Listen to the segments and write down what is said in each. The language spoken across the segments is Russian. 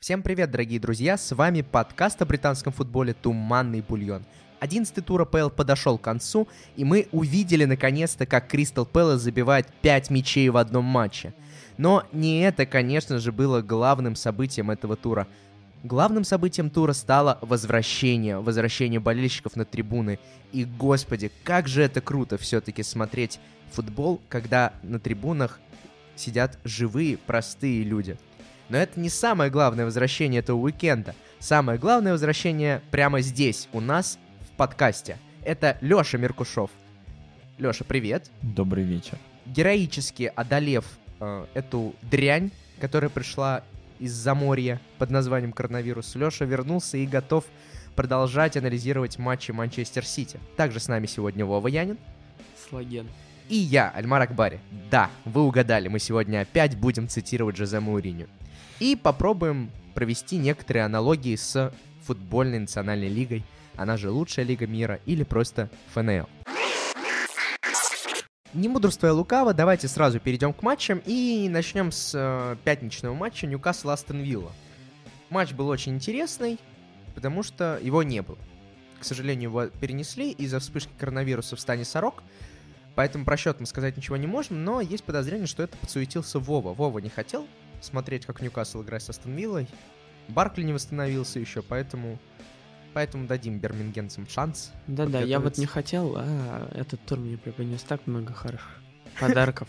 Всем привет, дорогие друзья, с вами подкаст о британском футболе «Туманный бульон». 11-й тур АПЛ подошел к концу, и мы увидели наконец-то, как Кристал Пэлас забивает 5 мячей в одном матче. Но не это, конечно же, было главным событием этого тура. Главным событием тура стало возвращение болельщиков на трибуны. И, господи, как же это круто все-таки смотреть футбол, когда на трибунах сидят живые, простые люди. Но это не самое главное возвращение этого уикенда. Самое главное возвращение прямо здесь, у нас в подкасте. Это Лёша Меркушев. Лёша, привет. Добрый вечер. Героически одолев эту дрянь, которая пришла из-за моря под названием коронавирус, Лёша вернулся и готов продолжать анализировать матчи Манчестер Сити. Также с нами сегодня Вова Янин. Слаген. И я, Альмар Акбари. Да, вы угадали, мы сегодня опять будем цитировать Жозе Мауриньо. И попробуем провести некоторые аналогии с футбольной национальной лигой, она же лучшая лига мира или просто ФНЛ. Не мудрствуя лукаво, давайте сразу перейдем к матчам и начнем с пятничного матча Ньюкасл-Астон Вилла. Матч был очень интересный, потому что его не было. К сожалению, его перенесли из-за вспышки коронавируса в стане Сорок, поэтому про счет мы сказать ничего не можем, но есть подозрение, что это подсуетился Вова. Вова не хотел смотреть, как Ньюкасл играет с Астон Виллой. Баркли не восстановился еще, поэтому дадим бирмингемцам шанс. Да-да, я вот не хотел, а этот тур мне преподнес так много хороших подарков.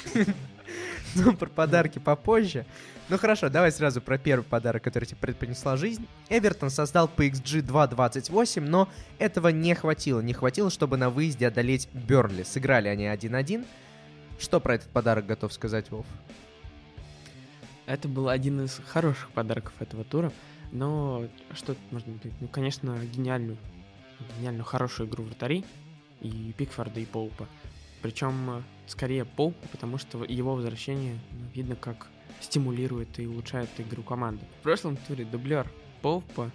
Ну, про подарки попозже. Ну хорошо, давай сразу про первый подарок, который тебе преподнесла жизнь. Эвертон создал по XG 2.28, но этого не хватило. Не хватило, чтобы на выезде одолеть Бернли. Сыграли они 1-1. Что про этот подарок готов сказать, Вов? Это был один из хороших подарков этого тура, но что тут можно говорить? Ну, конечно, гениальную хорошую игру вратарей, и Пикфорда, и Поупа. Причем, скорее, Поупа, потому что его возвращение, видно, как стимулирует и улучшает игру команды. В прошлом туре дублер Поупа,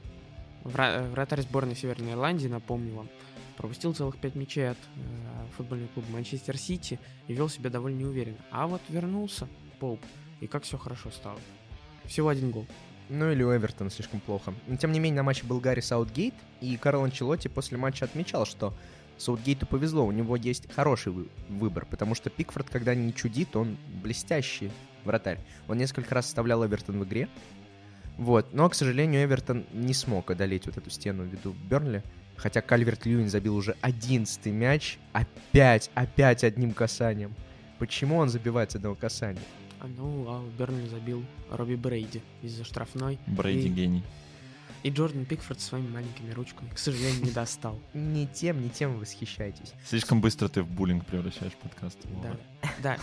вратарь сборной Северной Ирландии, напомню вам, пропустил целых 5 мячей от футбольного клуба Манчестер Сити и вел себя довольно неуверенно. А вот вернулся Поуп, и как все хорошо стало. Всего 1 гол. Ну или у Эвертона слишком плохо. Но тем не менее на матче был Гарри Саутгейт, и Карло Анчелотти после матча отмечал, что Саутгейту повезло, у него есть хороший выбор, потому что Пикфорд, когда не чудит, он блестящий вратарь. Он несколько раз оставлял Эвертон в игре. Вот. Но, к сожалению, Эвертон не смог одолеть вот эту стену ввиду Бернли. Хотя Кальверт-Льюин забил уже 11-й мяч. Опять одним касанием. Почему он забивает с одного касания? А Бернли забил Робби Брейди из-за штрафной. Брейди гений. И Джордан Пикфорд своими маленькими ручками, к сожалению, не достал. Не тем восхищайтесь. Слишком быстро ты в буллинг превращаешь подкаст. Да.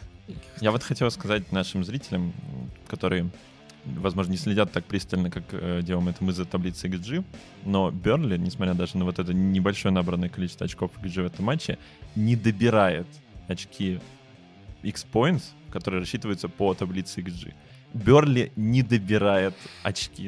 Я вот хотел сказать нашим зрителям, которые, возможно, не следят так пристально, как делаем это мы за таблицей XG, но Бернли, несмотря даже на вот это небольшое набранное количество очков XG в этом матче, не добирает очки X-Points, которые рассчитываются по таблице XG. Бернли не добирает очки.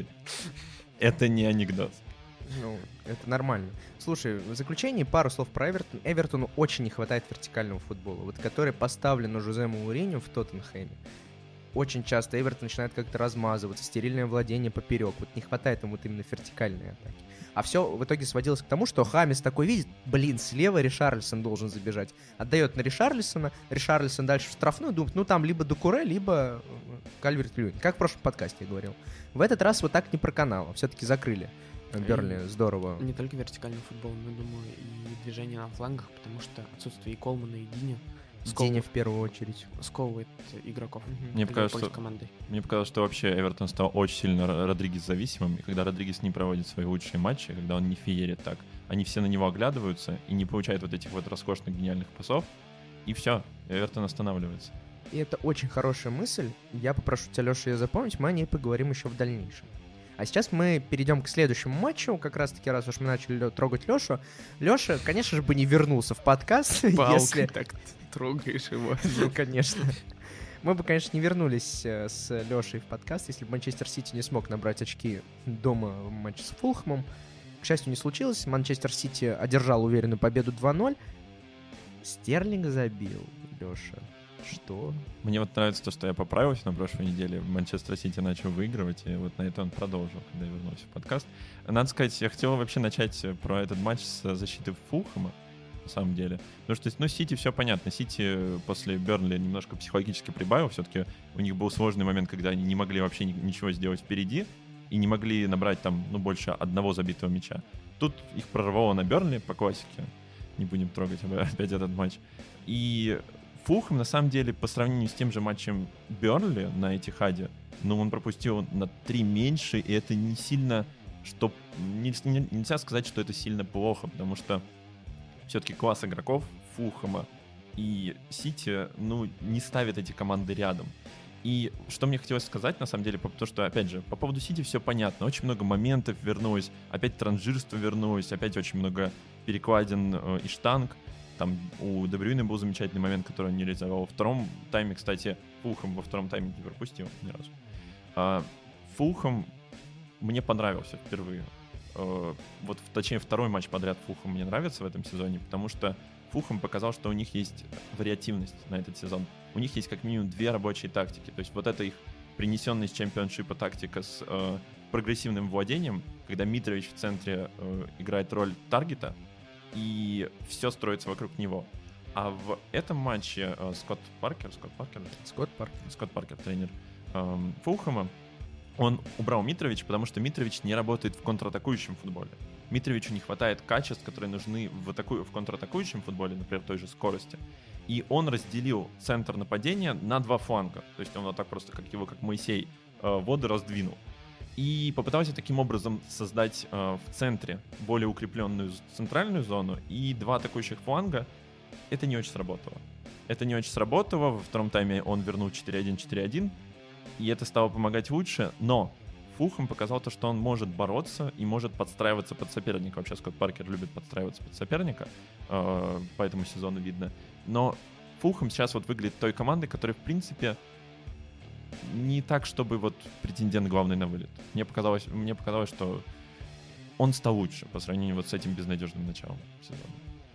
Это не анекдот. Ну, это нормально. Слушай, в заключении пару слов про Эвертон. Эвертону очень не хватает вертикального футбола, вот который поставлен на Жозе Мауриньо в Тоттенхэме. Очень часто Эвертон начинает как-то размазываться, стерильное владение поперек. Вот не хватает ему вот именно вертикальной атаки. А все в итоге сводилось к тому, что Хамис такой видит, слева Ришарлисон должен забежать. Отдает на Ришарлисона, Ришарлисон дальше в штрафную, думает, ну там либо Дукуре, либо Кальверт-Льюин. Как в прошлом подкасте я говорил. В этот раз вот так не проканало, все-таки закрыли Бернли здорово. Не только вертикальный футбол, но, думаю, и движение на флангах, потому что отсутствие и Колмана, и Диня Диня в первую очередь сковывает игроков. Мне показалось, что вообще Эвертон стал очень сильно Родригес зависимым, и когда Родригес не проводит свои лучшие матчи, когда он не феерит так, они все на него оглядываются и не получают вот этих вот роскошных гениальных пасов, и все, Эвертон останавливается. И это очень хорошая мысль. Я попрошу тебя, Леша, ее запомнить, мы о ней поговорим еще в дальнейшем. А сейчас мы перейдем к следующему матчу, как раз-таки, раз уж мы начали трогать Лешу. Леша, конечно же, бы не вернулся в подкаст, если... так трогаешь его. Ну, конечно. Мы бы, конечно, не вернулись с Лешей в подкаст, если бы Манчестер Сити не смог набрать очки дома в матче с Фулхэмом. К счастью, не случилось. Манчестер Сити одержал уверенную победу 2-0. Стерлинг забил, Леша. Что? Мне вот нравится то, что я поправился на прошлой неделе. Манчестер Сити начал выигрывать, и вот на это он продолжил, когда я вернулся в подкаст. Надо сказать, я хотел вообще начать про этот матч с защиты Фулхэма, на самом деле. Потому что, Сити все понятно. Сити после Бернли немножко психологически прибавил. Все-таки у них был сложный момент, когда они не могли вообще ничего сделать впереди и не могли набрать там, больше одного забитого мяча. Тут их прорвало на Бернли по классике. Не будем трогать опять этот матч. И Фулхэм, на самом деле, по сравнению с тем же матчем Бернли на Этихаде, он пропустил на 3 меньше, и это не сильно, что... Нельзя сказать, что это сильно плохо, потому что все-таки класс игроков Фулхэма и Сити, не ставят эти команды рядом. И что мне хотелось сказать, на самом деле, то, что, опять же, по поводу Сити все понятно. Очень много моментов вернулось, опять транжирство вернулось, опять очень много перекладин и штанг. Там у Де Брюйне был замечательный момент, который он не реализовал. Во втором тайме, кстати, Фулхэм во втором тайме не пропустил ни разу. Фулхэм мне понравился впервые. Точнее, второй матч подряд Фулхэм мне нравится в этом сезоне, потому что Фулхэм показал, что у них есть вариативность на этот сезон. У них есть как минимум 2 рабочие тактики. То есть вот это их принесенная из чемпионшипа тактика с прогрессивным владением, когда Митрович в центре играет роль таргета, и все строится вокруг него. А в этом матче Скотт Паркер, тренер Фулхэма, он убрал Митровича, потому что Митрович не работает в контратакующем футболе. Митровичу не хватает качеств, которые нужны в контратакующем футболе, например, той же скорости. И он разделил центр нападения на 2 фланга. То есть он вот так просто, как Моисей, воды раздвинул. И попытался таким образом создать в центре более укрепленную центральную зону и 2 атакующих фланга. Это не очень сработало. Во втором тайме он вернул 4-1-4-1, и это стало помогать лучше. Но Фулхэм показал то, что он может бороться и может подстраиваться под соперника. Вообще Скотт Паркер любит подстраиваться под соперника, по этому сезону видно. Но Фулхэм сейчас вот выглядит той командой, которая, в принципе, не так, чтобы вот претендент главный на вылет. Мне показалось, что он стал лучше по сравнению вот с этим безнадежным началом сезона.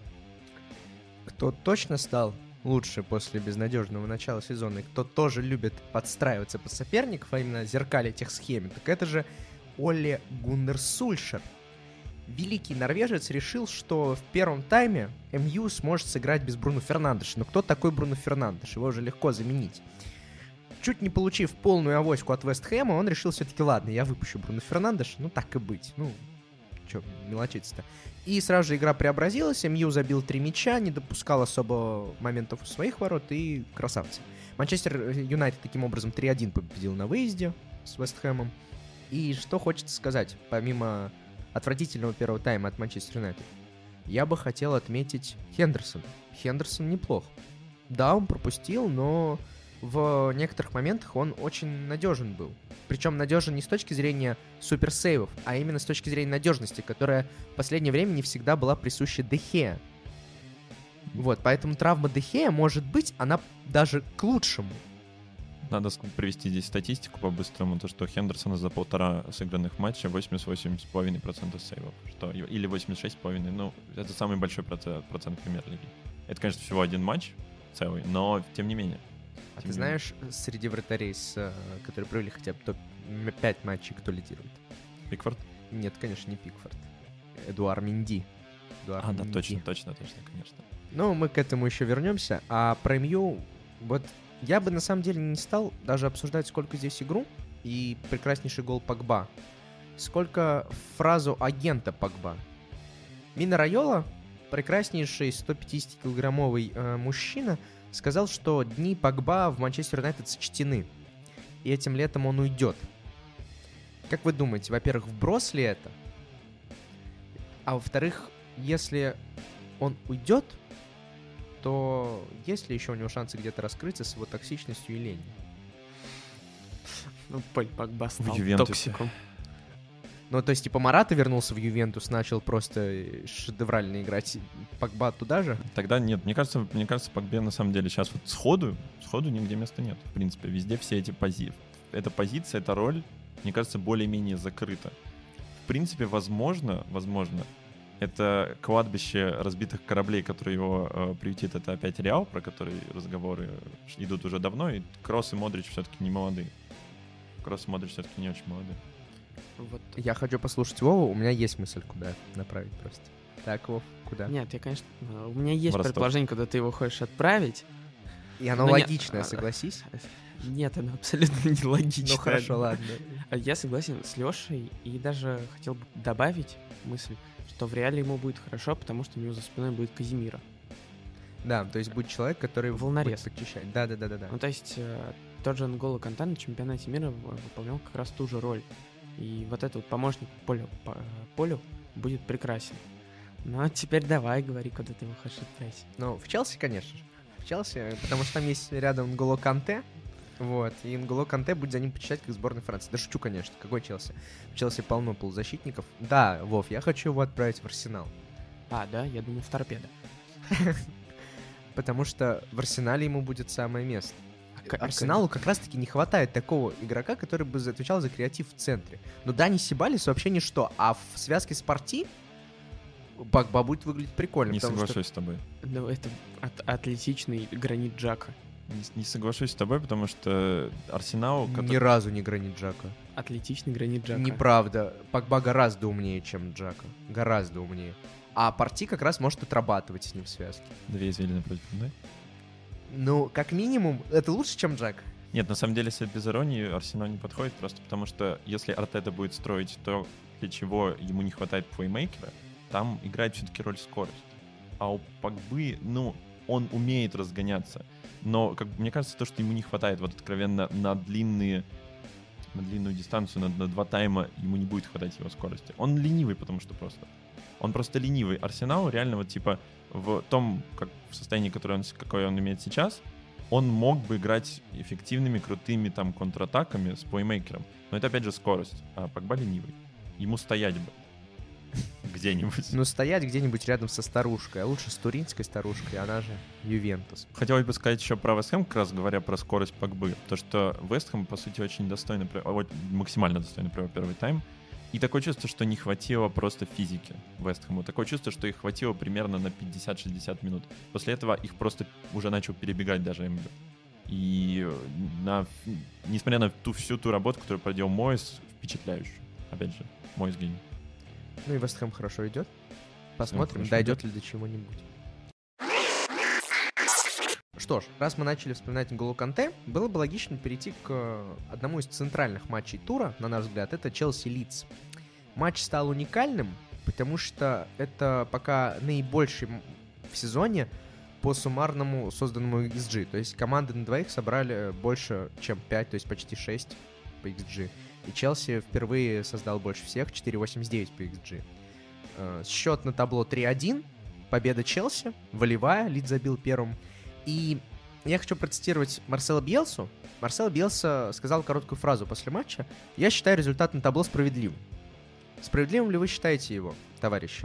Кто точно стал лучше после безнадежного начала сезона, и кто тоже любит подстраиваться под соперников, а именно зеркалить их схеме, так это же Оле Гуннер Сульшер. Великий норвежец решил, что в первом тайме МЮ сможет сыграть без Бруно Фернандеша. Но кто такой Бруно Фернандеш? Его же легко заменить. Чуть не получив полную авоську от Вест Хэма, он решил все-таки, ладно, я выпущу Бруно Фернандеша, так и быть. Че мелочиться-то. И сразу же игра преобразилась, МЮ забил 3 мяча, не допускал особо моментов у своих ворот, и красавцы. Манчестер Юнайтед таким образом 3-1 победил на выезде с Вест Хэмом. И что хочется сказать, помимо отвратительного первого тайма от Манчестер Юнайтед, я бы хотел отметить Хендерсона. Хендерсон неплох. Да, он пропустил, но в некоторых моментах он очень надежен был. Причем надежен не с точки зрения суперсейвов, а именно с точки зрения надежности, которая в последнее время не всегда была присуща Де Хеа. Вот, поэтому травма Де Хеа, может быть, она даже к лучшему. Надо привести здесь статистику по-быстрому, то, что Хендерсона за 1,5 сыгранных матча 88,5% сейвов, или 86,5%, это самый большой процент премьер-лиги. Это, конечно, всего один матч целый, но тем не менее. А ты знаешь, среди вратарей, которые провели хотя бы топ-5 матчей, кто лидирует? Пикфорд? Нет, конечно, не Пикфорд. Эдуар Менди. Да, точно, конечно. Мы к этому еще вернемся. А про МЮ, вот я бы на самом деле не стал даже обсуждать, сколько здесь игру и прекраснейший гол Погба, сколько фразу агента Погба. Мина Райола, прекраснейший 150-килограммовый мужчина, сказал, что дни Погба в Манчестер Юнайтед сочтены, и этим летом он уйдет. Как вы думаете, во-первых, вброс ли это? А во-вторых, если он уйдет, то есть ли еще у него шансы где-то раскрыться с его токсичностью и ленью? Поль Погба стал токсиком. То есть, Марата вернулся в Ювентус, начал просто шедеврально играть. Погба туда же? Тогда нет. Мне кажется, Погбе на самом деле сейчас вот сходу нигде места нет. В принципе, везде все эти позиции. Эта позиция, эта роль, мне кажется, более-менее закрыта. В принципе, возможно, это кладбище разбитых кораблей, которые его приютит. Это опять Реал, про который разговоры идут уже давно, и Кросс и Модрич все-таки не молодые. Кросс и Модрич все-таки не очень молодые. Вот. Я хочу послушать Вову, у меня есть мысль, куда направить просто. Так, Вов, куда? Нет, я, конечно... У меня есть В Ростов. предположение, куда ты его хочешь отправить. И оно Ну, нет, логичное, согласись? Нет, оно абсолютно нелогично. Ну хорошо, ладно. Я согласен с Лешей и даже хотел бы добавить мысль, что в Реале ему будет хорошо, потому что у него за спиной будет Казимира. Да, то есть будет человек, который Волнорез. будет подчищать. Да. Ну, то есть тот же Нголо Канте на чемпионате мира выполнял как раз ту же роль. И вот этот вот помощник Полю будет прекрасен. Ну, а теперь давай, говори, куда ты его хочешь отправить. Ну, в Челси, конечно же. В Челси, потому что там есть рядом Нголо Канте. Вот, и Нголо Канте будет за ним почитать, как сборной Франции. Да шучу, конечно. Какой Челси? В Челси полно полузащитников. Да, Вов, я хочу его отправить в Арсенал. А, да, я думал, в Торпедо. Потому что в Арсенале ему будет самое место. А Арсеналу как раз-таки не хватает такого игрока, который бы отвечал за креатив в центре. Но Дани Сибалис вообще ничто. А в связке с Парти Погба будет выглядеть прикольно. Не потому соглашусь с тобой. Ну, это атлетичный гранит Джака. Не соглашусь с тобой, потому что Арсенал... что ни разу не гранит Джака. Отличный гранит Джака. Неправда. Погба гораздо умнее, чем Джака. Гораздо умнее. А Парти как раз может отрабатывать с ним в связке. Две извилины против одной. Ну, как минимум, это лучше, чем Джак. Нет, на самом деле, если без иронии, Арсенал не подходит, просто потому что если Артета будет строить то, для чего ему не хватает плеймейкера, там играет все-таки роль скорость. А у Погбы, ну, он умеет разгоняться. Но, как мне кажется, то, что ему не хватает вот откровенно на длинную дистанцию, на 2 тайма, ему не будет хватать его скорости. Он ленивый, потому что просто. Он просто ленивый. Арсенал реально вот типа в том, в состоянии, какое он имеет сейчас, он мог бы играть эффективными, крутыми там контратаками с плеймейкером. Но это опять же скорость. А Погба ленивый. Ему стоять бы. Где-нибудь. Ну, стоять где-нибудь рядом со старушкой. А лучше с туринской старушкой, она же Ювентус. Хотелось бы сказать еще про Вест Хэм, как раз говоря про скорость Погбы. То, что Вест Хэм, по сути, очень достойно, максимально достойно провел первый тайм. И такое чувство, что не хватило просто физики Вест Хэму. Такое чувство, что их хватило примерно на 50-60 минут. После этого их просто уже начал перебегать даже Эмбер. И несмотря на всю ту работу, которую проделал Мойс, впечатляющую. Опять же, Мойс гений. Ну и Вест Хэм хорошо идет. Посмотрим, дойдет ли до чего-нибудь. Что ж, раз мы начали вспоминать Нголо Канте, было бы логично перейти к одному из центральных матчей тура, на наш взгляд, это Челси-Лидс. Матч стал уникальным, потому что это пока наибольший в сезоне по суммарному созданному XG. То есть команды на двоих собрали больше, чем 5, то есть почти 6 по XG. И Челси впервые создал больше всех, 4.89 по XG. Счет на табло 3-1, победа Челси, волевая, Лидс забил первым. И я хочу процитировать Марсело Бьелсу. Марсело Бьелса сказал короткую фразу после матча. «Я считаю результат на табло справедливым». Справедливым ли вы считаете его, товарищи?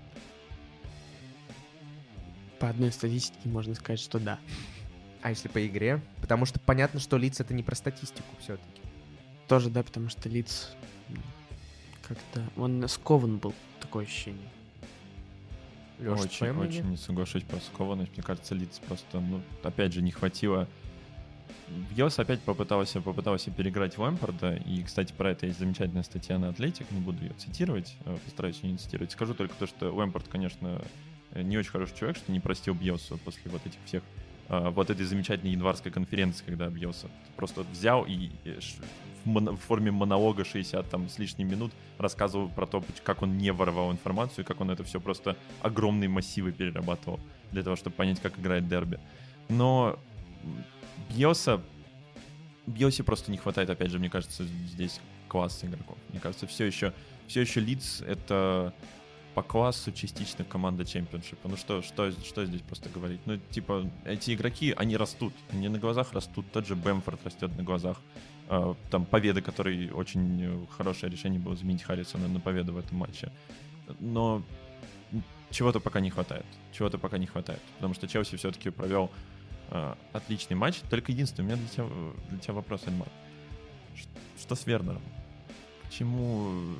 По одной статистике можно сказать, что да. А если по игре? Потому что понятно, что Лидс это не про статистику все-таки. Тоже да, потому что Лидс как-то... Он скован был, такое ощущение. Лёш, очень не соглашусь про скованность. Мне кажется, Лидс просто, опять же, не хватило. Бьелс опять попытался переиграть Лэмпарда. И, кстати, про это есть замечательная статья на Атлетик. Не буду ее цитировать, постараюсь ее не цитировать. Скажу только то, что Лэмпард, конечно, не очень хороший человек, что не простил Бьелсу после вот этих всех вот этой замечательной январской конференции, когда Бьелса просто взял и в форме монолога 60 там с лишним минут рассказывал про то, как он не воровал информацию, как он это все просто огромные массивы перерабатывал для того, чтобы понять, как играет дерби. Но Бьелсе просто не хватает, опять же, мне кажется, здесь класса игроков. Мне кажется, все еще Лидс — это по классу частично команда чемпионшипа. Ну что здесь просто говорить? Ну, типа, эти игроки, они растут. Они на глазах растут. Тот же Бэмфорд растет на глазах. Там Поведа, который очень хорошее решение было заменить Харрисона на Поведу в этом матче. Но чего-то пока не хватает. Потому что Челси все-таки провел отличный матч. Только единственное, у меня для тебя вопрос, Эльмар. Что с Вернером? Почему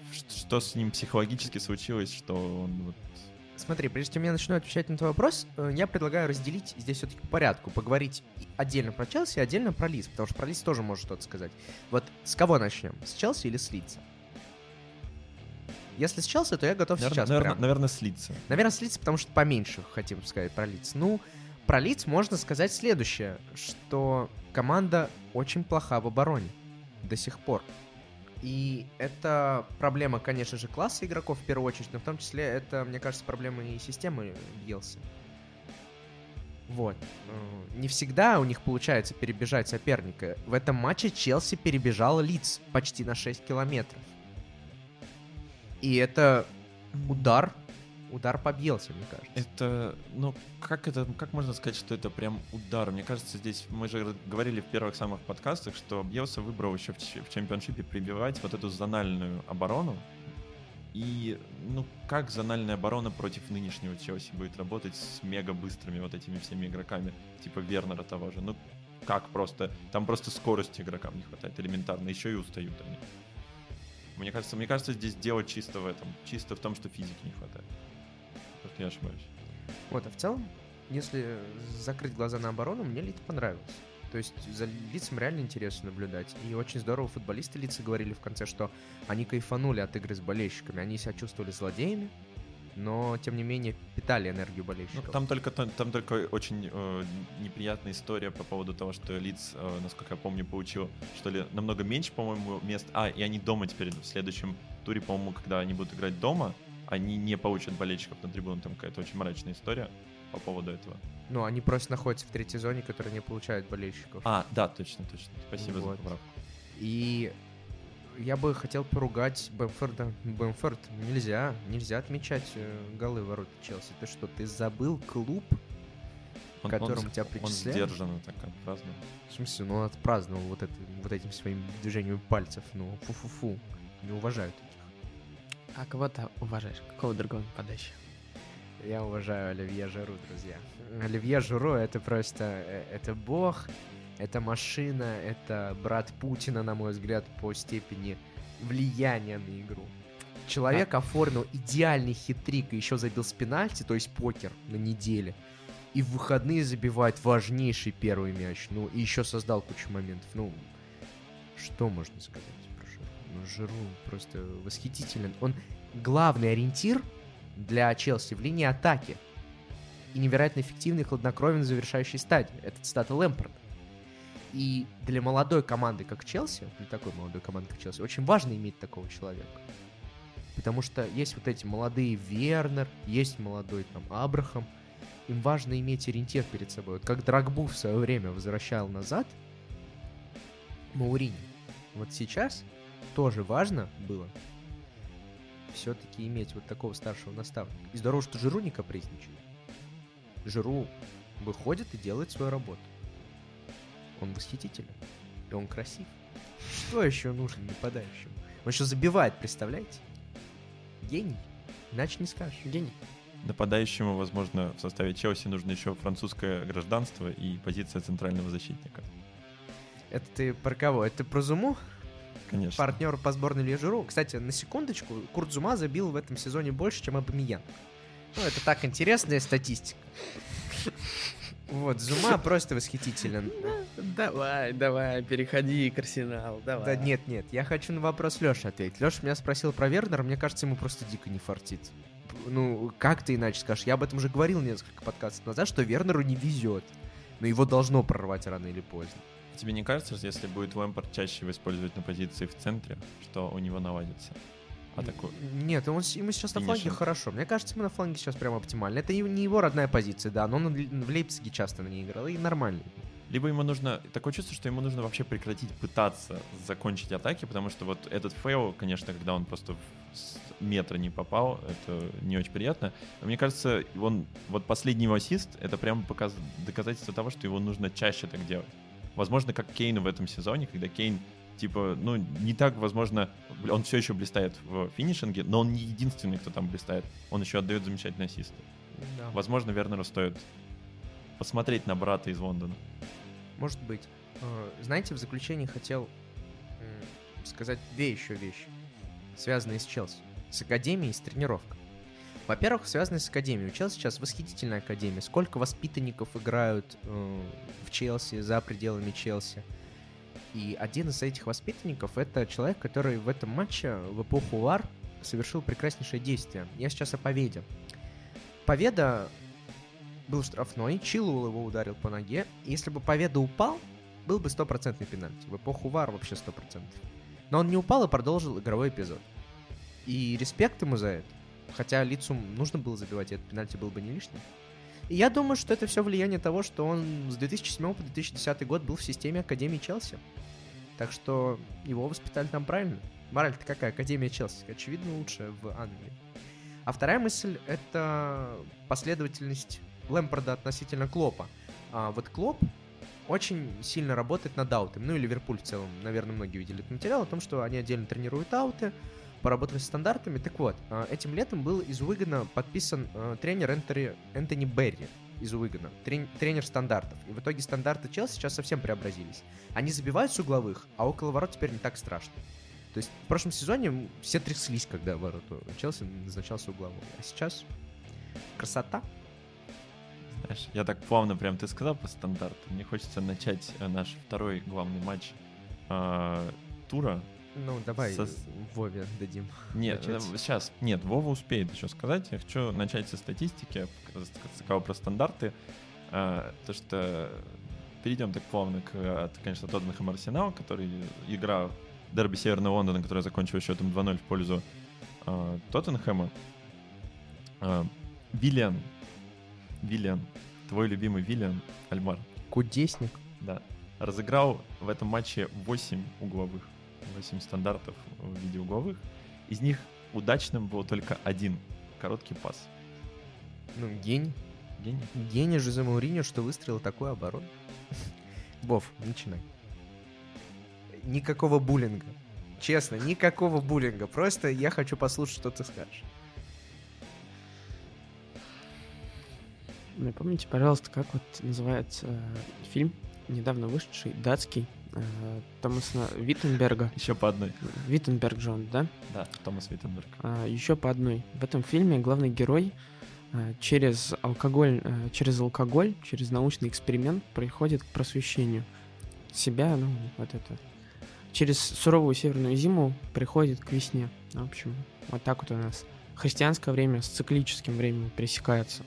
что с ним психологически случилось, что он вот... Смотри, прежде чем я начну отвечать на твой вопрос, я предлагаю разделить здесь все-таки по порядку, поговорить отдельно про Челси и отдельно про Лидс, потому что про Лидс тоже может что-то сказать. Вот с кого начнем? С Челси или с Лидса? Если с Челси, то я готов сейчас прям. Наверное, с Лидса. Наверное, с Лидса, потому что поменьше хотим сказать про Лидс. Ну, про Лидс можно сказать следующее, что команда очень плоха в обороне до сих пор. И это проблема, конечно же, класса игроков в первую очередь, но в том числе это, мне кажется, проблема и системы Бьелсы. Вот. Не всегда у них получается перебежать соперника. В этом матче Челси перебежал Лидс почти на 6 километров. И это удар по Бьелсе, мне кажется. Это, ну, как можно сказать, что это прям удар? Мне кажется, здесь, мы же говорили в первых самых подкастах, что Бьелса выбрал еще в чемпионшипе прибивать вот эту зональную оборону. И, ну, как зональная оборона против нынешнего Челси будет работать с мега быстрыми вот этими всеми игроками, типа Вернера того же? Ну, как просто? Там просто скорости игрокам не хватает элементарно, еще и устают они. Мне кажется, здесь дело чисто в этом. Чисто в том, что физики не хватает. Может, я ошибаюсь. Вот, а в целом, если закрыть глаза на оборону, мне Лидс понравился. То есть за Лидсом реально интересно наблюдать. И очень здорово футболисты Лидса говорили в конце, что они кайфанули от игры с болельщиками. Они себя чувствовали злодеями, но, тем не менее, питали энергию болельщиков. Ну, там только очень неприятная история по поводу того, что Лидс, насколько я помню, получил, что ли, намного меньше, по-моему, мест. И они дома теперь в следующем туре, по-моему, когда они будут играть дома, они не получат болельщиков на трибуну. Там какая-то очень мрачная история по поводу этого. Ну, они просто находятся в третьей зоне, которая не получает болельщиков. Да, точно. Спасибо вот. за поправку. И я бы хотел поругать Бэмфорда. Бэмфорд, нельзя отмечать голы ворот Челси. Ты что, ты забыл клуб, которым тебя причисляют? Он сдержанно так отпраздновал. В смысле, ну он отпраздновал вот этим своим движением пальцев. Ну, фу-фу-фу. Не уважают таких. А кого ты уважаешь? Какого другого нападающего? Я уважаю Оливье Жиру, друзья. Оливье Жиру — это просто... Это бог, это машина, это брат Путина, на мой взгляд, по степени влияния на игру. Человек оформил идеальный хитрик и еще забил с пенальти, то есть покер на неделе. И в выходные забивает важнейший первый мяч. Ну, и еще создал кучу моментов. Ну, что можно сказать про Жиру? Ну, Жиру просто восхитителен. Он главный ориентир для Челси в линии атаки. И невероятно эффективный, хладнокровен в завершающей стадии. Это цитата Лэмпарда. И для молодой команды, как Челси, для такой молодой команды, как Челси, очень важно иметь такого человека. Потому что есть вот эти молодые Вернер, есть молодой там Абрахам. Им важно иметь ориентир перед собой. Вот как Дрогбу в свое время возвращал назад Мауриньо. Вот сейчас тоже важно было все-таки иметь вот такого старшего наставника. И здорово, что Жиру не капризничает. Жиру выходит и делает свою работу. Он восхитителен. И он красив. Что еще нужно нападающему? Он еще забивает, представляете? Гений. Иначе не скажешь. Гений. Нападающему, возможно, в составе Челси нужно еще французское гражданство и позиция центрального защитника. Это ты про кого? Это про Зуму? Конечно. Партнер по сборной Илья Жиру. Кстати, на секундочку, Курт Зума забил в этом сезоне больше, чем Абамиян. Ну, это так интересная статистика. Вот, Зума просто восхитителен. Давай, переходи к Арсеналу, давай. Да нет, я хочу на вопрос Лёши ответить. Лёша меня спросил про Вернера, мне кажется, ему просто дико не фартит. Ну, как ты иначе скажешь? Я об этом уже говорил несколько подкастов назад, что Вернеру не везет. Но его должно прорвать рано или поздно. Тебе не кажется, что если будет Лэмпард чаще его использовать на позиции в центре, что у него наладится? Нет, ему сейчас на фланге хорошо. Мне кажется, ему на фланге сейчас прям оптимально. Это не его родная позиция, да, но он в Лейпциге часто на ней играл, и нормально. Либо ему нужно... Такое чувство, что ему нужно вообще прекратить пытаться закончить атаки, потому что вот этот фейл, конечно, когда он просто с метра не попал, это не очень приятно. Но мне кажется, вот последний его ассист, это прям доказательство того, что его нужно чаще так делать. Возможно, как Кейну в этом сезоне, когда Кейн, типа, ну, не так, возможно, он все еще блистает в финишинге, но он не единственный, кто там блистает. Он еще отдает замечательные ассисты. Да. Возможно, Вернеру стоит посмотреть на брата из Лондона. Может быть. Знаете, в заключение хотел сказать две еще вещи. связанные с Челси, с академией, с тренировкой. Во-первых, связанные с академией. У Челси сейчас восхитительная академия. Сколько воспитанников играют в Челси, за пределами Челси. И один из этих воспитанников — это человек, который в этом матче, в эпоху ВАР, совершил прекраснейшее действие. Я сейчас о Поведе. Поведа был штрафной, Чилуэлл его ударил по ноге. И если бы Поведа упал, был бы 100% пенальти. В эпоху ВАР вообще 100%. Но он не упал и продолжил игровой эпизод. И респект ему за это. Хотя лицу нужно было забивать, и этот пенальти был бы не лишним. И я думаю, что это все влияние того, что он с 2007 по 2010 год был в системе Академии Челси. Так что его воспитали там правильно. Мораль-то какая? Академия Челси. Очевидно, лучшая в Англии. А вторая мысль — это последовательность Лэмпарда относительно Клопа. Вот Клоп очень сильно работает над аутами. Ну и Ливерпуль в целом. Наверное, многие видели этот материал о том, что они отдельно тренируют ауты, поработали с стандартами. Так вот, этим летом был из Уигана подписан тренер Энтони Берри из Уигана, тренер стандартов. И в итоге стандарты Челси сейчас совсем преобразились. Они забивают с угловых, а около ворот теперь не так страшно. То есть в прошлом сезоне все тряслись, когда ворота Челси назначался угловой. А сейчас красота. Знаешь, я так плавно прям ты сказал по стандарту. Мне хочется начать наш второй главный матч тура. Ну, давай Вове дадим. Нет, сейчас. Нет, Вова успеет еще сказать. Я хочу начать со статистики, сказал про стандарты. То, что перейдем так плавно конечно, Тоттенхэм Арсенал, который игра дерби Северного Лондона, которая закончилась счетом 2-0 в пользу Тоттенхэма. Виллиан, твой любимый Виллиан Альмар. Кудесник. Да. Разыграл в этом матче 8 угловых. 8 стандартов в виде угловых. Из них удачным был только один короткий пас. Ну, гений. Гений Жозе Мауриньо, что выстроил такой оборот. Вов, начинай. Никакого буллинга. Честно, никакого буллинга. Просто я хочу послушать, что ты скажешь. Напомните, пожалуйста, как вот называется фильм, недавно вышедший, датский, Томаса Виттенберга. Еще по одной. Виттенберг Джон, да? Да, Томас Виттенберг. Еще по одной. В этом фильме главный герой через алкоголь, через научный эксперимент приходит к просвещению себя, ну, вот это. Через суровую северную зиму приходит к весне. В общем, вот так вот у нас христианское время с циклическим временем пересекается.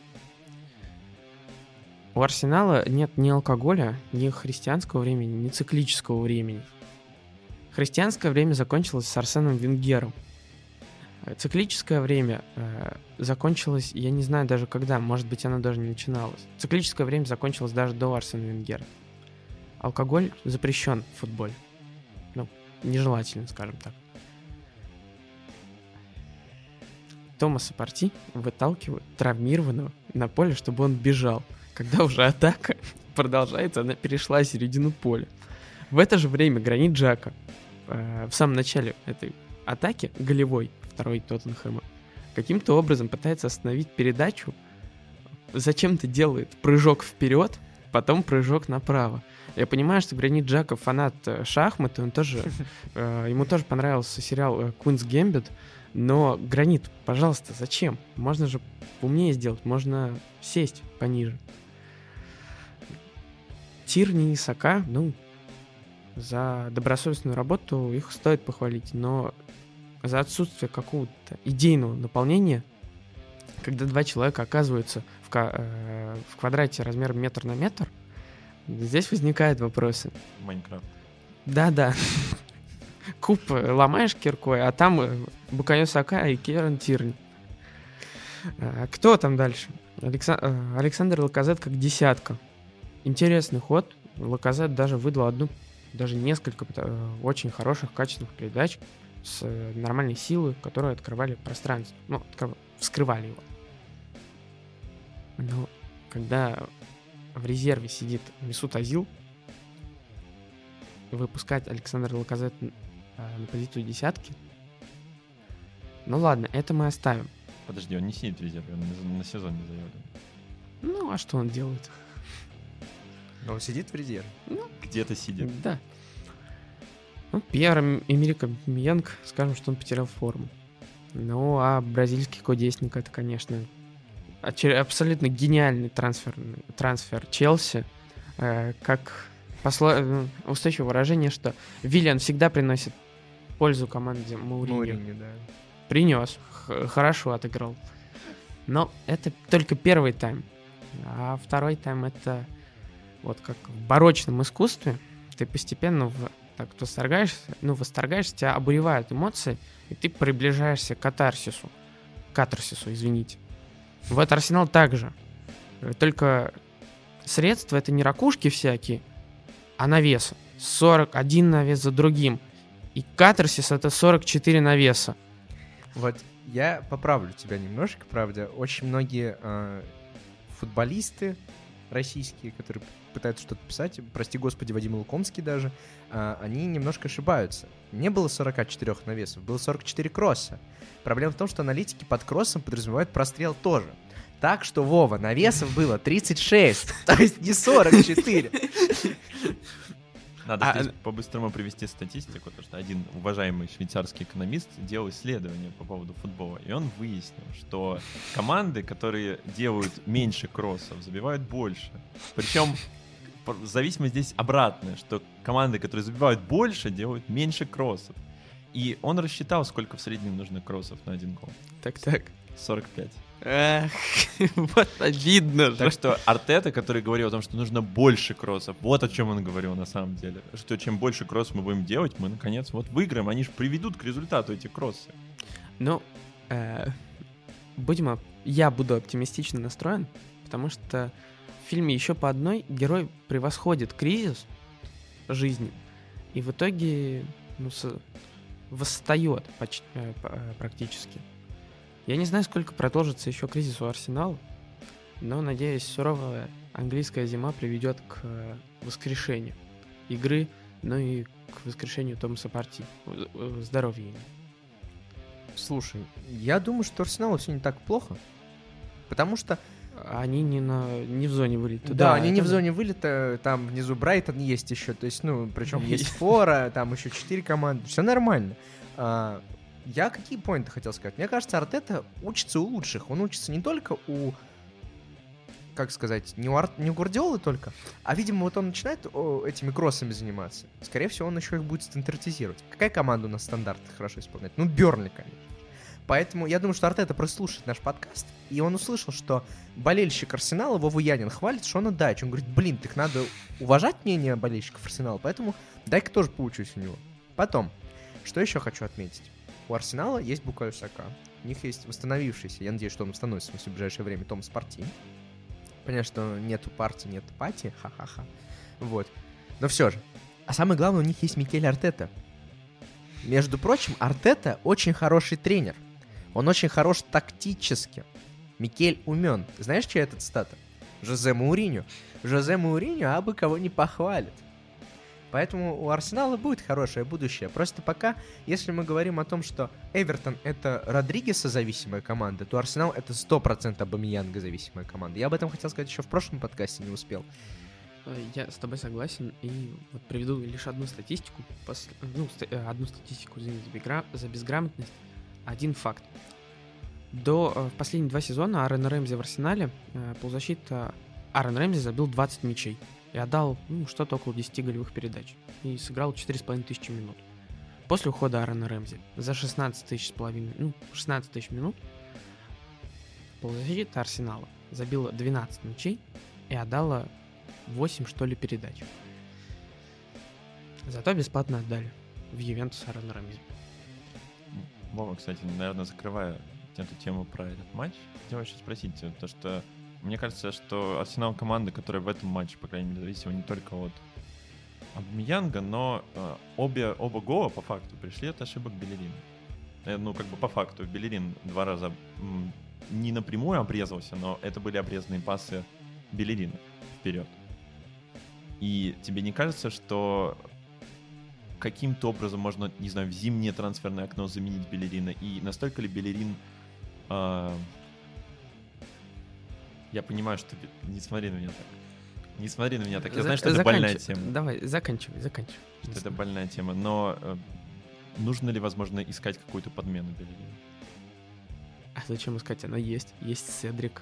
У Арсенала нет ни алкоголя, ни христианского времени, ни циклического времени. Христианское время закончилось с Арсеном Венгером. Циклическое время закончилось, я не знаю даже когда, может быть, оно даже не начиналось. Циклическое время закончилось даже до Арсена Венгера. Алкоголь запрещен в футболе. Ну, нежелательно, скажем так. Томаса Парти выталкивают травмированного на поле, чтобы он бежал. Когда уже атака продолжается, она перешла середину поля. В это же время Гранит Джака в самом начале этой атаки, голевой, второй Тоттенхэма, каким-то образом пытается остановить передачу, зачем-то делает прыжок вперед, потом прыжок направо. Я понимаю, что Гранит Джака фанат шахмат, и он тоже, ему тоже понравился сериал «Queen's Gambit», но, Гранит, пожалуйста, зачем? Можно же умнее сделать, можно сесть пониже. Тирни и Сака, ну, за добросовестную работу их стоит похвалить, но за отсутствие какого-то идейного наполнения, когда два человека оказываются в квадрате размером метр на метр, здесь возникают вопросы. Майнкрафт. Да-да. Куб ломаешь киркой, а там Букайо Сака и Киеран Тирни. Кто там дальше? Александр Лаказет как десятка. Интересный ход. Лаказет даже выдал одну, даже несколько очень хороших, качественных передач с нормальной силой, которые открывали пространство. Ну, вскрывали его. Но когда в резерве сидит Месут Озил, выпускать Александра Лаказет на позицию десятки, ну ладно, это мы оставим. Подожди, он не сидит в резерве, он на сезон не заявлен. Ну, а что он делает? Он сидит в резерве. Ну, где-то сидит. Да. Ну, Пьер-Эмерик Обамейянг, скажем, что он потерял форму. Ну, а бразильский кудесник — это, конечно, абсолютно гениальный трансфер Челси. Как устойчивое выражение, что Виллиан всегда приносит пользу команде Мауриньо. Да. Принес, хорошо отыграл. Но это только первый тайм. А второй тайм — это вот как в барочном искусстве. Ты постепенно так восторгаешься, тебя обуревают эмоции, и ты приближаешься к катарсису, извините. Вот Арсенал также. Только средства — это не ракушки всякие, а навесы. 41 навес за другим. И катарсис — это 44 навеса. Вот я поправлю тебя немножко, правда. Очень многие футболисты российские, которые пытаются что-то писать, прости господи, Вадим Лукомский даже, они немножко ошибаются. Не было 44 навесов, было 44 кросса. Проблема в том, что аналитики под кроссом подразумевают прострел тоже. Так что, Вова, навесов было 36, то есть не 44. Надо здесь по-быстрому привести статистику, потому что один уважаемый швейцарский экономист делал исследование по поводу футбола, и он выяснил, что команды, которые делают меньше кроссов, забивают больше. Причем зависимость здесь обратная, что команды, которые забивают больше, делают меньше кроссов. И он рассчитал, сколько в среднем нужно кроссов на один гол. Так. 45. Эх, вот обидно же. Так что Артета, который говорил о том, что нужно больше кроссов, вот о чем он говорил на самом деле. Что чем больше кроссов мы будем делать, мы наконец вот выиграем. Они же приведут к результату эти кроссы. Ну, я буду оптимистично настроен, потому что в фильме «Еще по одной» герой превосходит кризис жизни и в итоге восстает практически. Я не знаю, сколько продолжится еще кризис у Арсенала, но, надеюсь, суровая английская зима приведет к воскрешению игры, ну и к воскрешению Томаса Партии. Здоровья ему. Слушай, я думаю, что Арсеналу все не так плохо, потому что они не в зоне вылета. Да, они не в зоне вылета, там внизу Брайтон есть еще, то есть, причем есть Фора, там еще 4 команды, все нормально. Я какие поинты хотел сказать? Мне кажется, Артета учится у лучших. Он учится не только у, как сказать, не у Гвардиолы только, а, видимо, вот он начинает этими кроссами заниматься. Скорее всего, он еще их будет стандартизировать. Какая команда у нас стандарты хорошо исполняет? Бернли, конечно. Поэтому я думаю, что Артета просто слушает наш подкаст, и он услышал, что болельщик Арсенала Вову Янин хвалит Шона Дайча. Он говорит, так надо уважать мнение болельщиков Арсенала, поэтому дай-ка тоже поучусь у него. Потом, что еще хочу отметить? У Арсенала есть Букайо Сака. У них есть восстановившийся, я надеюсь, что он восстановится в ближайшее время, Томас Партий. Понятно, что нету партии, нет пати, ха-ха-ха. Вот. Но все же. А самое главное, у них есть Микель Артета. Между прочим, Артета очень хороший тренер. Он очень хорош тактически. Микель умен. Знаешь, чья это цитата? Жозе Мауриньо. Жозе Мауриньо абы кого не похвалит. Поэтому у Арсенала будет хорошее будущее. Просто пока, если мы говорим о том, что Эвертон — это Родригеса зависимая команда, то Арсенал — это 100% Обамейянга зависимая команда. Я об этом хотел сказать еще в прошлом подкасте, не успел. Я с тобой согласен, и вот приведу лишь одну статистику. Одну статистику, извините, за безграмотность. Один факт. В последние 2 сезона Аарона Рэмзи в Арсенале полузащита Аарон Рэмзи забил 20 мячей и отдал что-то около 10 голевых передач. И сыграл 4500 минут. После ухода Аарона Рэмзи за 16 тысяч минут полузащита Арсенала забила 12 мячей и отдала 8, что ли, передач. Зато бесплатно отдали в Ювентус Аарона Рэмзи. Вова, кстати, наверное, закрывая эту тему про этот матч, хотел еще спросить, то что мне кажется, что Арсенал команда, которая в этом матче, по крайней мере, зависела не только от Обамейянга, но оба гола по факту пришли от ошибок Белерина. По факту. Белерин 2 раза не напрямую обрезался, но это были обрезанные пасы Белерина вперед. И тебе не кажется, что каким-то образом можно, не знаю, в зимнее трансферное окно заменить Белерина? И настолько ли Белерин... Я понимаю, что... Не смотри на меня так. Не смотри на меня так. Я знаю, что это больная тема. Давай, заканчивай. Что это больная тема. Но нужно ли, возможно, искать какую-то подмену Беллерину? А зачем искать? Она есть. Есть Седрик.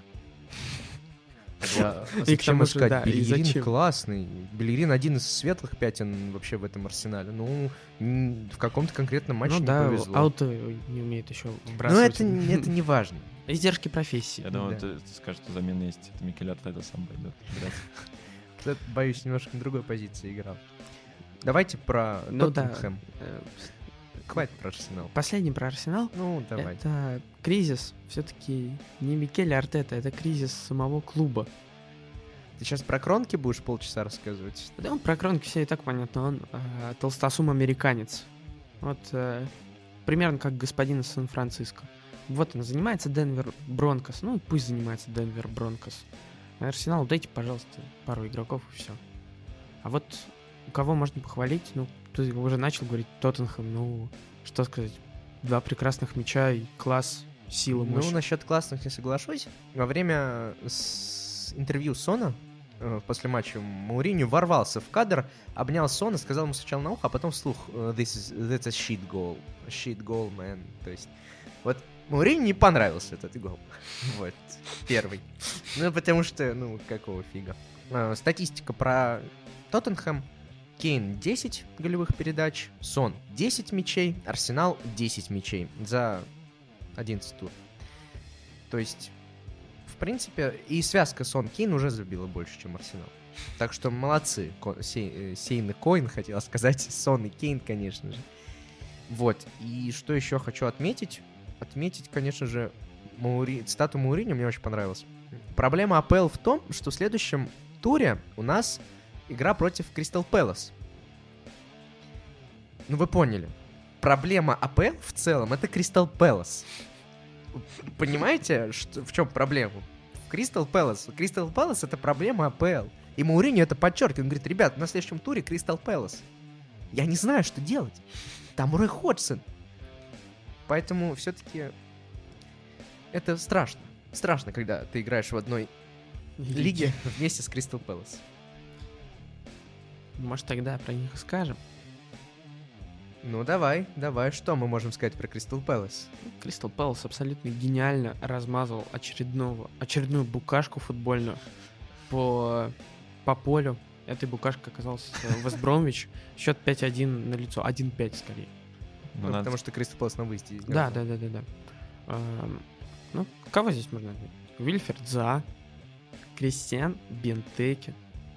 Зачем искать? Беллерин классный. Беллерин один из светлых пятен вообще в этом арсенале. Ну, в каком-то конкретном матче не повезло. Ну да, ауто не умеет еще вбрасывать. Но это не важно. Издержки профессии. Я думаю, ты скажешь, что замена есть. Это Микель Артета сам пойдет. Боюсь, немножко на другой позиции играл. Давайте про Тоттенхэм. Хватит про Арсенал. Последний про Арсенал. Ну, давай. Это кризис. Все-таки не Микель Артета, это кризис самого клуба. Ты сейчас про Кронки будешь полчаса рассказывать? Да, про Кронки все и так понятно. Он толстосум-американец. Вот примерно как господин из Сан-Франциско. Вот он занимается Денвер Бронкос. Ну, пусть занимается Денвер Бронкос. Арсенал, дайте, пожалуйста, пару игроков и все. А вот у кого можно похвалить? Ну, ты уже начал говорить Тоттенхэм, ну, что сказать, 2 прекрасных мяча и класс, сила, мощь. Ну, насчет классных не соглашусь. Во время интервью Сона после матча Мауриньо ворвался в кадр, обнял Сона, сказал ему сначала на ухо, а потом вслух that's a shit goal, man. То есть, вот Мауриньо не понравился этот гол. Вот, первый. Ну, потому что, ну, какого фига. Статистика про Тоттенхэм. Кейн 10 голевых передач, Сон 10 мячей, Арсенал 10 мячей за 11 тур. То есть, в принципе, и связка Сон-Кейн уже забила больше, чем Арсенал. Так что молодцы. Сейн и Койн, хотел сказать. Сон и Кейн, конечно же. Вот. И что еще хочу отметить? Отметить, конечно же, цитату Мауриньо мне очень понравилась. Проблема АПЛ в том, что в следующем туре у нас игра против Кристал Пэлас. Ну, вы поняли. Проблема АПЛ в целом — это Кристал Пэлас. Понимаете, в чем проблема? Кристал Пэлас. Кристал Пэлас — это проблема АПЛ. И Мауриньо это подчеркивает. Он говорит: ребят, на следующем туре Кристал Пэлас. Я не знаю, что делать. Там Рой Ходжсон. Поэтому все-таки это страшно. Страшно, когда ты играешь в одной лиге вместе с Кристал Пэлас. Может, тогда про них и скажем? Ну, давай, что мы можем сказать про Кристал Пэлас? Кристал Пэлас абсолютно гениально размазал очередную букашку футбольную по полю. Этой букашкой оказался Вест Бромвич. Счет 5-1 на лицо, 1-5 скорее. Ну, потому что Кристал Пэлас на выезде играл. Да. Ну, кого здесь можно отметить? Вильфред Заа, Кристиан Бентеке,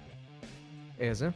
Эзе.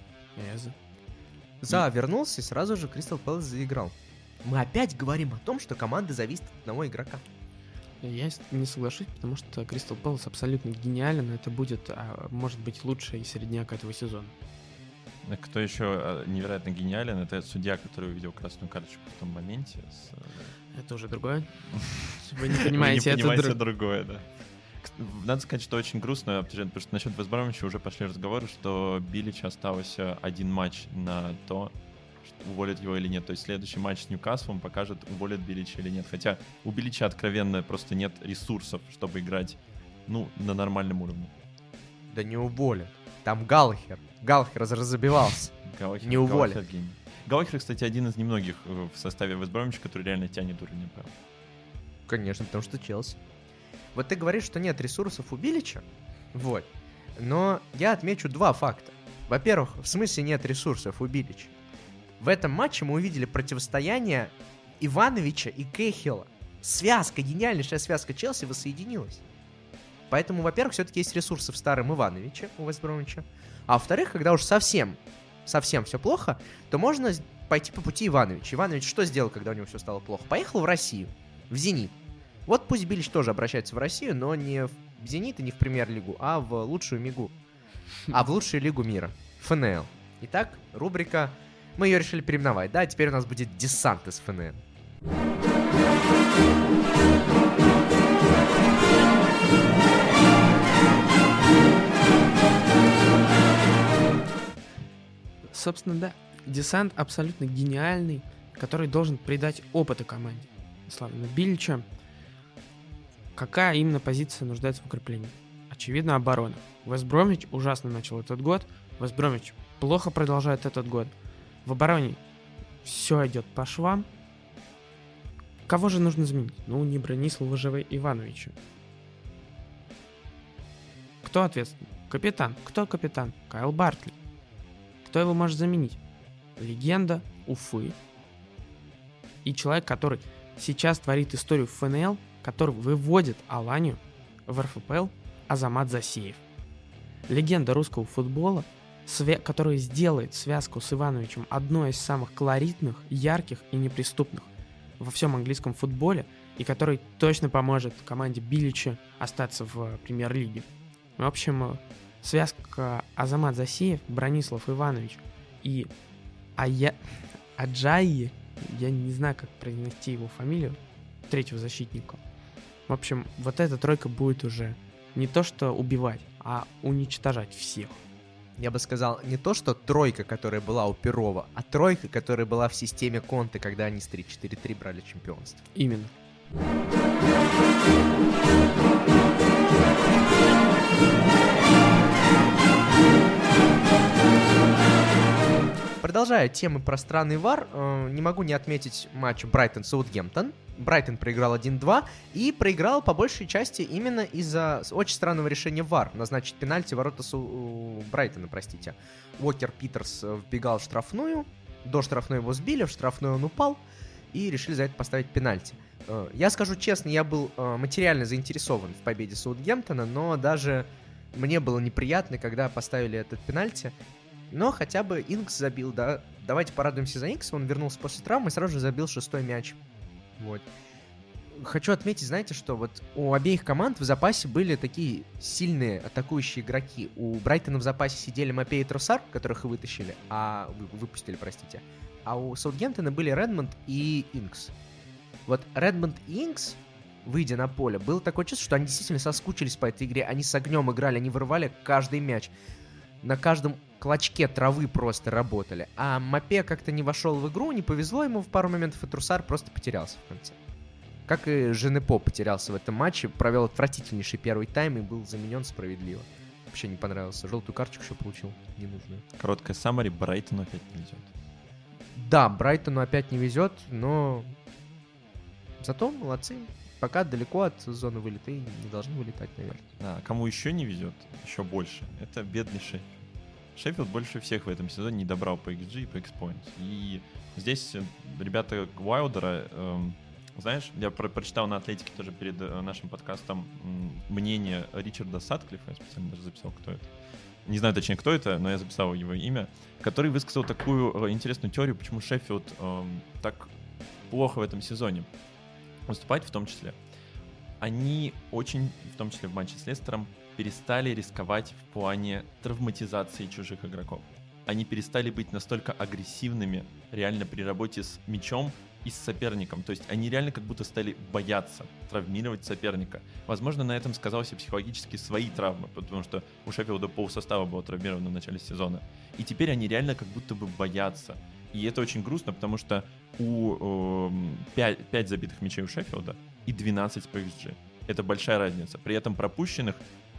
Заа вернулся, и сразу же Кристал Пэлас заиграл. Мы опять говорим о том, что команда зависит от одного игрока. Я не соглашусь, потому что Кристал Пэлас абсолютно гениален. Это будет, может быть, лучший средняк этого сезона. Кто еще невероятно гениален, это судья, который увидел красную карточку в том моменте. Это уже другое? Вы не понимаете, это другое, да. Надо сказать, что очень грустно, потому что насчет Вест Бромвича уже пошли разговоры, что Биличу остался один матч на то, уволят его или нет. То есть следующий матч с Ньюкаслом покажет, уволят Билича или нет. Хотя у Билича откровенно просто нет ресурсов, чтобы играть, на нормальном уровне. Да не уволят. Там Галлахер разобивался. Не уволят. Галлахер, кстати, один из немногих в составе Вест Бромвича, который реально тянет уровень АПЛ. Конечно, потому что Челси. Вот ты говоришь, что нет ресурсов у Билича, вот. Но я отмечу 2 факта. Во-первых, в смысле нет ресурсов у Билича? В этом матче мы увидели противостояние Ивановича и Кэхилла. Связка, гениальнейшая связка Челси воссоединилась. Поэтому, во-первых, все-таки есть ресурсы в старом Ивановиче у Вест Бромвича. А во-вторых, когда уж совсем все плохо, то можно пойти по пути Ивановича. Иванович что сделал, когда у него все стало плохо? Поехал в Россию, в «Зенит». Вот пусть Билич тоже обращается в Россию, но не в «Зенит» и не в Премьер-лигу, а в лучшую мигу. А в лучшую лигу мира. ФНЛ. Итак, рубрика... Мы ее решили переименовать, да? Теперь у нас будет десант из ФНЛ. Собственно, да. Десант абсолютно гениальный, который должен придать опыта команде. Славно Билича. Какая именно позиция нуждается в укреплении? очевидно, оборона. Вест Бромвич ужасно начал этот год. Вест Бромвич плохо продолжает этот год. В обороне все идет по швам. Кого же нужно заменить? Ну, не Бронислава же Ивановича. Кто ответственный? Капитан. Кто капитан? Кайл Бартли. Кто его может заменить? Легенда Уфы. И человек, который сейчас творит историю в ФНЛ, который выводит Аланию в РФПЛ, Азамат Засеев. Легенда русского футбола, который сделает связку с Ивановичем одной из самых колоритных, ярких и неприступных во всем английском футболе, и который точно поможет команде Билича остаться в премьер-лиге. В общем, связка Азамат Засеев, Бронислав Иванович и Аджаи, я не знаю, как произнести его фамилию, третьего защитника. В общем, вот эта тройка будет уже не то что убивать, а уничтожать всех. Я бы сказал, не то что тройка, которая была у Перова, а тройка, которая была в системе Конте, когда они с 3-4-3 брали чемпионство. Именно. Продолжая темы про странный ВАР, не могу не отметить матч Брайтон-Саутгемптон. Брайтон проиграл 1-2 и проиграл по большей части именно из-за очень странного решения ВАР назначить пенальти ворота Брайтона, простите. Уокер Питерс вбегал в штрафную, до штрафной его сбили, в штрафную он упал и решили за это поставить пенальти. Я скажу честно, я был материально заинтересован в победе Саутгемптона, но даже мне было неприятно, когда поставили этот пенальти. Но хотя бы Инкс забил, да. Давайте порадуемся за Инкса. Он вернулся после травмы и сразу же забил 6-й мяч. Вот. Хочу отметить, знаете, что вот у обеих команд в запасе были такие сильные атакующие игроки. У Брайтона в запасе сидели Мапе и Тросар, которых и вытащили, выпустили, простите. А у Саутгемптона были Редмонд и Инкс. Вот Редмонд и Инкс, выйдя на поле, было такое чувство, что они действительно соскучились по этой игре. Они с огнем играли, они вырывали каждый мяч. На каждом клочке травы просто работали. А Мапе как-то не вошел в игру, не повезло ему в пару моментов, и Трусар просто потерялся в конце. Как и Женепо потерялся в этом матче, провел отвратительнейший первый тайм и был заменен справедливо. Вообще не понравился. Желтую карточку еще получил, ненужную. Короткая саммари, Брайтону опять не везет. Да, Брайтону опять не везет, но зато молодцы. Пока далеко от зоны вылета и не должны вылетать, наверное. Да, кому еще не везет, еще больше, это бедный Шеффилд. Шеффилд больше всех в этом сезоне не добрал по XG и по X-Points. И здесь ребята Уайлдера, знаешь, я прочитал на Атлетике тоже перед нашим подкастом мнение Ричарда Сатклиффа, я специально даже записал, кто это. Не знаю точнее, кто это, но я записал его имя, который высказал такую интересную теорию, почему Шеффилд так плохо в этом сезоне выступать, в том числе. Они очень, в том числе в матче с Лестером, перестали рисковать в плане травматизации чужих игроков. Они перестали быть настолько агрессивными реально при работе с мячом и с соперником. То есть они реально как будто стали бояться травмировать соперника. Возможно, на этом сказался психологически свои травмы, потому что у Шеффилда полсостава было травмировано в начале сезона. И теперь они реально как будто бы боятся. И это очень грустно, потому что у 5 забитых мячей у Шеффилда и 12 по XG. Это большая разница. При этом пропущенных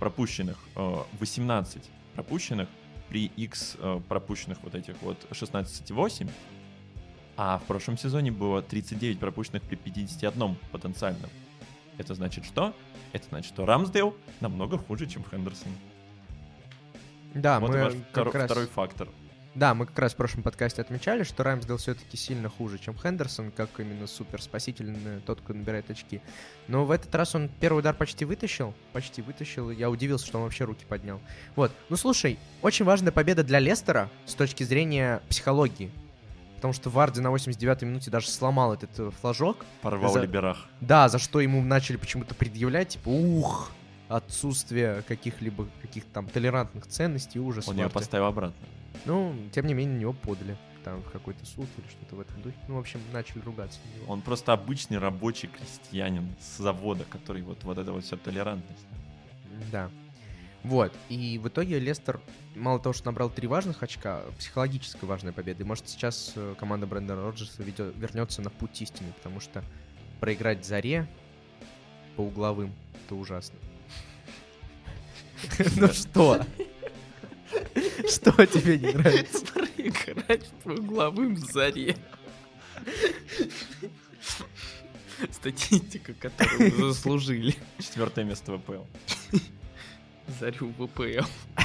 18 пропущенных при X пропущенных вот этих вот 16,8, а в прошлом сезоне было 39 пропущенных при 51 потенциальном. Это значит что? Это значит, что Рамсдейл намного хуже, чем Хендерсон. Да, вот мы ваш как раз... второй фактор. Да, мы как раз в прошлом подкасте отмечали, что Рамсдейл все-таки сильно хуже, чем Хендерсон, как именно супер спасительный, тот, кто набирает очки. Но в этот раз он первый удар почти вытащил, я удивился, что он вообще руки поднял. Вот, ну слушай, очень важная победа для Лестера с точки зрения психологии, потому что Варди на 89-й минуте даже сломал этот флажок. Порвал Либерах. Да, за что ему начали почему-то предъявлять, типа, отсутствие каких-то там толерантных ценностей, ужас. Он ее поставил обратно. Ну, тем не менее, на него подали там в какой-то суд или что-то в этом духе. Ну, в общем, начали ругаться на него. Он просто обычный рабочий крестьянин с завода, который вот это вот вся толерантность. Да. Вот. И в итоге Лестер мало того, что набрал 3 важных очка, психологически важная победа. И может сейчас команда Брэндона Роджерса вернется на путь истины, потому что проиграть Заре по угловым — это ужасно. Ну что? Что тебе не нравится? Проиграть по угловым Заре. Статистика, которую вы заслужили. 4-е место в АПЛ. Зарю ВПЛ.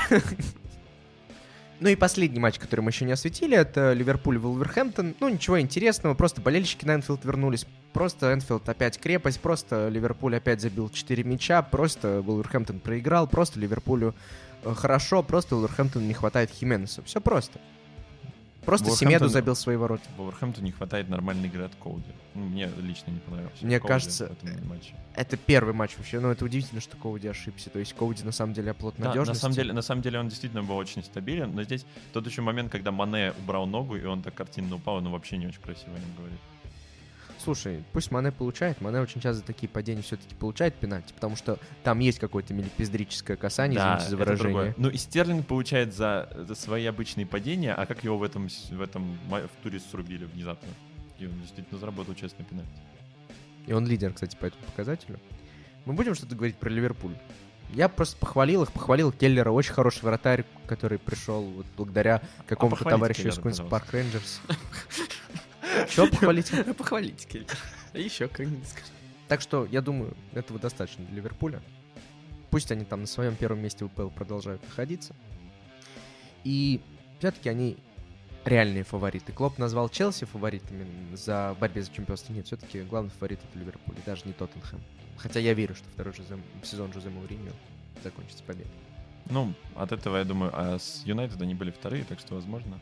Ну и последний матч, который мы еще не осветили, это Ливерпуль-Вулверхэмптон. Ну, ничего интересного, просто болельщики на Энфилд вернулись. Просто Энфилд опять крепость, просто Ливерпуль опять забил 4 мяча, просто Вулверхэмптон проиграл, просто Ливерпулю хорошо, просто Вулверхэмптону не хватает Хименеса. Все просто. Просто Семеду забил свои ворота. Вулверхэмптону не хватает нормальной игры от Коуди. Ну, мне лично не понравился. Мне Коуди кажется, в этом матче. это первый матч вообще. Но это удивительно, что Коуди ошибся. То есть Коуди на самом деле оплот Да, надежности. на самом деле он действительно был очень стабилен, но здесь тот еще момент, когда Мане убрал ногу, и он так картинно упал, он вообще не очень красиво о нем говорит. Слушай, пусть Мане получает. Мане очень часто за такие падения все-таки получает пенальти, потому что там есть какое-то мелепиздрическое касание, Да, извините за это выражение. другое. Ну и Стерлинг получает за свои обычные падения, а как его в туре срубили внезапно? И он действительно заработал честный пенальти. И он лидер, кстати, по этому показателю. Мы будем что-то говорить про Ливерпуль? Я просто похвалил Келлера, очень хороший вратарь, который пришел вот благодаря какому-то похвалите товарищу из Келлера, Куинс пожалуйста. Парк Рейнджерс. Чего похвалите? Похвалите, Келли. А еще как-нибудь скажи. Так что, я думаю, этого достаточно для Ливерпуля. Пусть они там на своем первом месте в УПЛ продолжают находиться. И все-таки они реальные фавориты. Клоп назвал Челси фаворитами за борьбе за чемпионство. Нет, все-таки главный фаворит это Ливерпуль, и даже не Тоттенхэм. Хотя я верю, что второй сезон Жозе Мауриньо закончится победой. Ну, от этого, я думаю, а с Юнайтед они были вторые, так что возможно.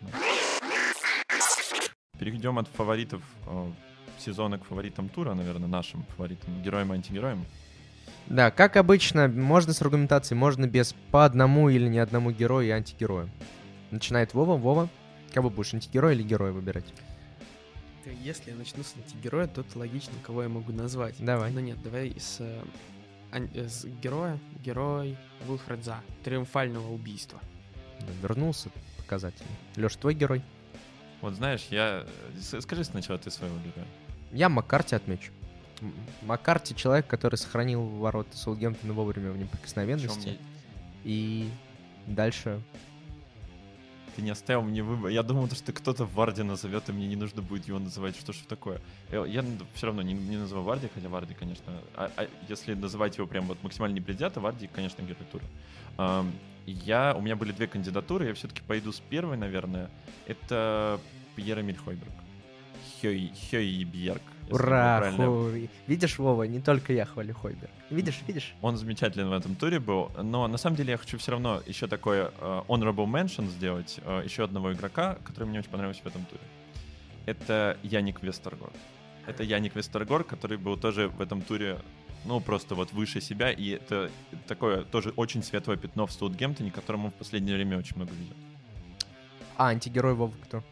Перейдем от фаворитов сезона к фаворитам тура, наверное, нашим фаворитам, героям и антигероям. Да, как обычно, можно с аргументацией, можно без по одному или ни одному герою и антигерою. Начинает Вова. Вова, кого будешь, антигероя или героя выбирать? Если я начну с антигероя, то это логично, кого я могу назвать. Давай. Но нет, давай с героя. Герой Уилфред Заha. Триумфального убийства. Вернулся показательно. Лёш, твой герой? Вот знаешь, скажи сначала ты своего героя. Я Маккарти отмечу. Маккарти — человек, который сохранил ворота Саутгемптона вовремя в неприкосновенности. И дальше... Ты не оставил мне выбор. Я думал, что кто-то Варди назовет, и мне не нужно будет его называть. Что ж такое? Я все равно не называю Варди, хотя Варди, конечно... если называть его прям вот максимально непредвзято, Варди, конечно, герой тура. У меня были две кандидатуры, я все-таки пойду с первой, наверное. Это Пьер-Эмиль Хойберг. Хойберг. Ура! Видишь, Вова, не только я хвалю Хойберг. Видишь? Он замечателен в этом туре был, но на самом деле я хочу все равно еще такое honorable mention сделать, еще одного игрока, который мне очень понравился в этом туре. Это Яник Вестергор. Это Яник Вестергор, который был тоже в этом туре, ну, просто вот выше себя, и это такое тоже очень светлое пятно в Саутгемптоне, которому в последнее время очень много везет. А антигерой Вова кто?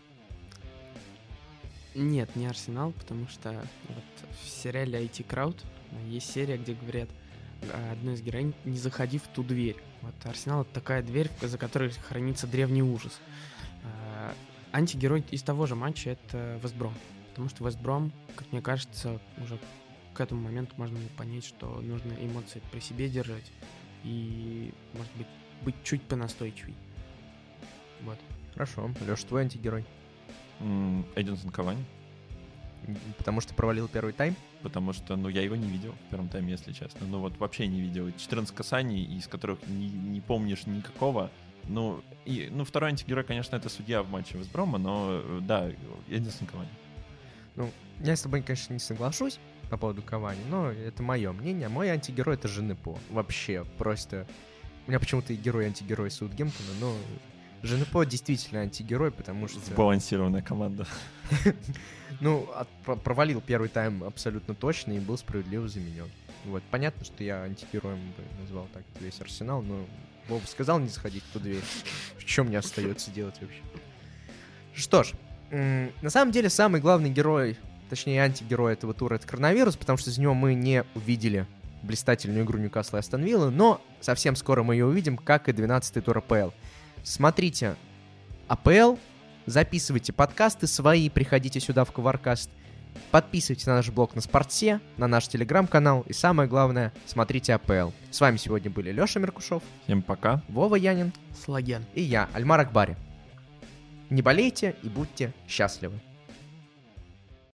Нет, не Арсенал, потому что вот в сериале IT Crowd есть серия, где говорят одной из героинь: не заходи в ту дверь. Вот Арсенал — это такая дверь, за которой хранится древний ужас. Антигерой из того же матча — это Вест Бром, потому что Вест Бром, как мне кажется, уже к этому моменту можно понять, что нужно эмоции при себе держать и, может быть чуть понастойчивей. Вот. Хорошо. Лёш, твой антигерой? Эдинсон Кавани. Потому что провалил первый тайм? Потому что, я его не видел в первом тайме, если честно. Вот вообще не видел. 14 касаний, из которых не помнишь никакого. Второй антигерой, конечно, это судья в матче Вест Брома, но да, Эдинсон Кавани. Я с тобой, конечно, не соглашусь по поводу Кавани, но это мое мнение. Мой антигерой — это Женепо. Вообще, просто... У меня почему-то и герой, и антигерой Саутгемптона, но... Женепо действительно антигерой, потому что... Сбалансированная команда. Провалил первый тайм абсолютно точно и был справедливо заменен. Вот, понятно, что я антигероем бы назвал так весь Арсенал, но Вова сказал не заходить в ту дверь. Что мне остается делать вообще? Что ж, на самом деле самый главный герой, точнее антигерой этого тура — это коронавирус, потому что из него мы не увидели блистательную игру Ньюкасла и Астон Виллы, но совсем скоро мы ее увидим, как и 12-й тур АПЛ. Смотрите АПЛ, записывайте подкасты свои, приходите сюда в Коваркаст Подписывайтесь на наш блог на Спорте, на наш телеграм-канал и самое главное, смотрите АПЛ. С вами сегодня были Леша Меркушев, Всем пока. Вова Янин Слаген. и я, Альмар Акбари. Не болейте и будьте счастливы.